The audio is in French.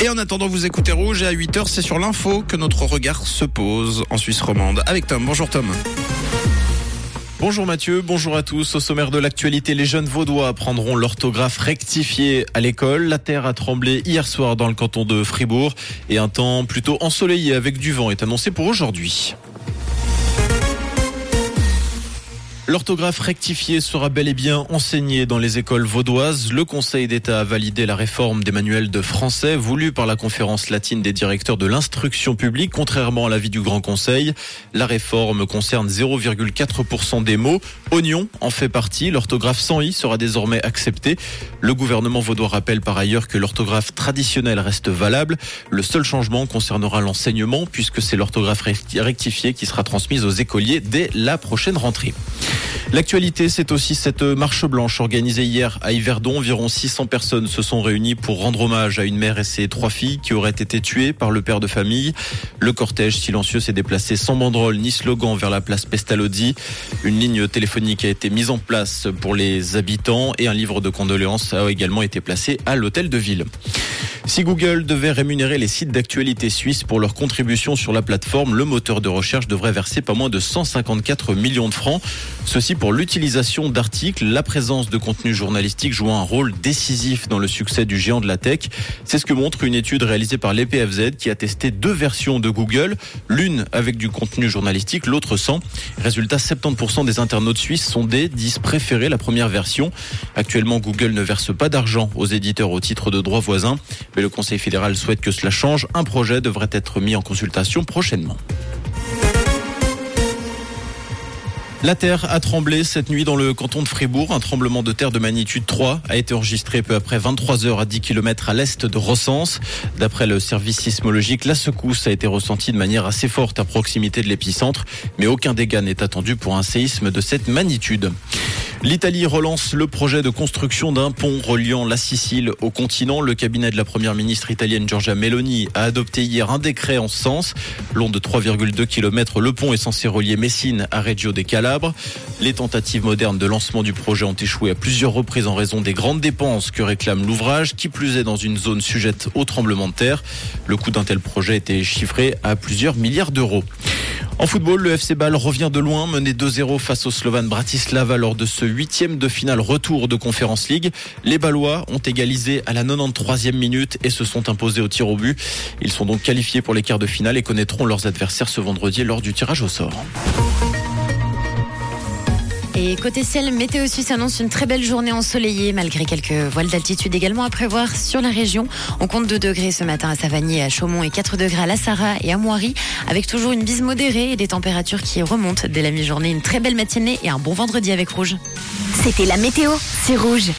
Et en attendant, vous écoutez Rouge et à 8h, c'est sur l'info que notre regard se pose en Suisse romande. Avec Tom. Bonjour Tom. Bonjour Mathieu, bonjour à tous. Au sommaire de l'actualité, les jeunes vaudois apprendront l'orthographe rectifiée à l'école. La terre a tremblé hier soir dans le canton de Fribourg et un temps plutôt ensoleillé avec du vent est annoncé pour aujourd'hui. L'orthographe rectifiée sera bel et bien enseignée dans les écoles vaudoises. Le Conseil d'État a validé la réforme des manuels de français voulue par la conférence latine des directeurs de l'instruction publique, contrairement à l'avis du Grand Conseil. La réforme concerne 0,4% des mots. Oignon en fait partie. L'orthographe sans i sera désormais acceptée. Le gouvernement vaudois rappelle par ailleurs que l'orthographe traditionnelle reste valable. Le seul changement concernera l'enseignement puisque c'est l'orthographe rectifiée qui sera transmise aux écoliers dès la prochaine rentrée. L'actualité, c'est aussi cette marche blanche organisée hier à Yverdon. Environ 600 personnes se sont réunies pour rendre hommage à une mère et ses 3 filles qui auraient été tuées par le père de famille. Le cortège silencieux s'est déplacé sans banderole ni slogan vers la place Pestalozzi. Une ligne téléphonique a été mise en place pour les habitants et un livre de condoléances a également été placé à l'hôtel de ville. Si Google devait rémunérer les sites d'actualité suisses pour leur contribution sur la plateforme, le moteur de recherche devrait verser pas moins de 154 millions de francs. Ceci pour l'utilisation d'articles, la présence de contenu journalistique jouant un rôle décisif dans le succès du géant de la tech. C'est ce que montre une étude réalisée par l'EPFZ qui a testé 2 versions de Google, l'une avec du contenu journalistique, l'autre sans. Résultat, 70% des internautes suisses disent préférer la première version. Actuellement, Google ne verse pas d'argent aux éditeurs au titre de droits voisins. Mais le Conseil fédéral souhaite que cela change. Un projet devrait être mis en consultation prochainement. La terre a tremblé cette nuit dans le canton de Fribourg. Un tremblement de terre de magnitude 3 a été enregistré peu après 23 heures à 10 km à l'est de Rossens. D'après le service sismologique, la secousse a été ressentie de manière assez forte à proximité de l'épicentre. Mais aucun dégât n'est attendu pour un séisme de cette magnitude. L'Italie relance le projet de construction d'un pont reliant la Sicile au continent. Le cabinet de la première ministre italienne Giorgia Meloni a adopté hier un décret en ce sens. Long de 3,2 km, le pont est censé relier Messine à Reggio de Calabre. Les tentatives modernes de lancement du projet ont échoué à plusieurs reprises en raison des grandes dépenses que réclame l'ouvrage, qui plus est dans une zone sujette au tremblement de terre. Le coût d'un tel projet était chiffré à plusieurs milliards d'euros. En football, le FC Bâle revient de loin, mené 2-0 face au Slovan Bratislava lors de ce 8e de finale retour de Conference League. Les Bâlois ont égalisé à la 93e minute et se sont imposés au tir au but. Ils sont donc qualifiés pour les quarts de finale et connaîtront leurs adversaires ce vendredi lors du tirage au sort. Et côté ciel, Météo Suisse annonce une très belle journée ensoleillée malgré quelques voiles d'altitude également à prévoir sur la région. On compte 2 degrés ce matin à Savagny et à Chaumont et 4 degrés à La Sarraz et à Moiry avec toujours une bise modérée et des températures qui remontent dès la mi-journée. Une très belle matinée et un bon vendredi avec Rouge. C'était la météo, c'est Rouge.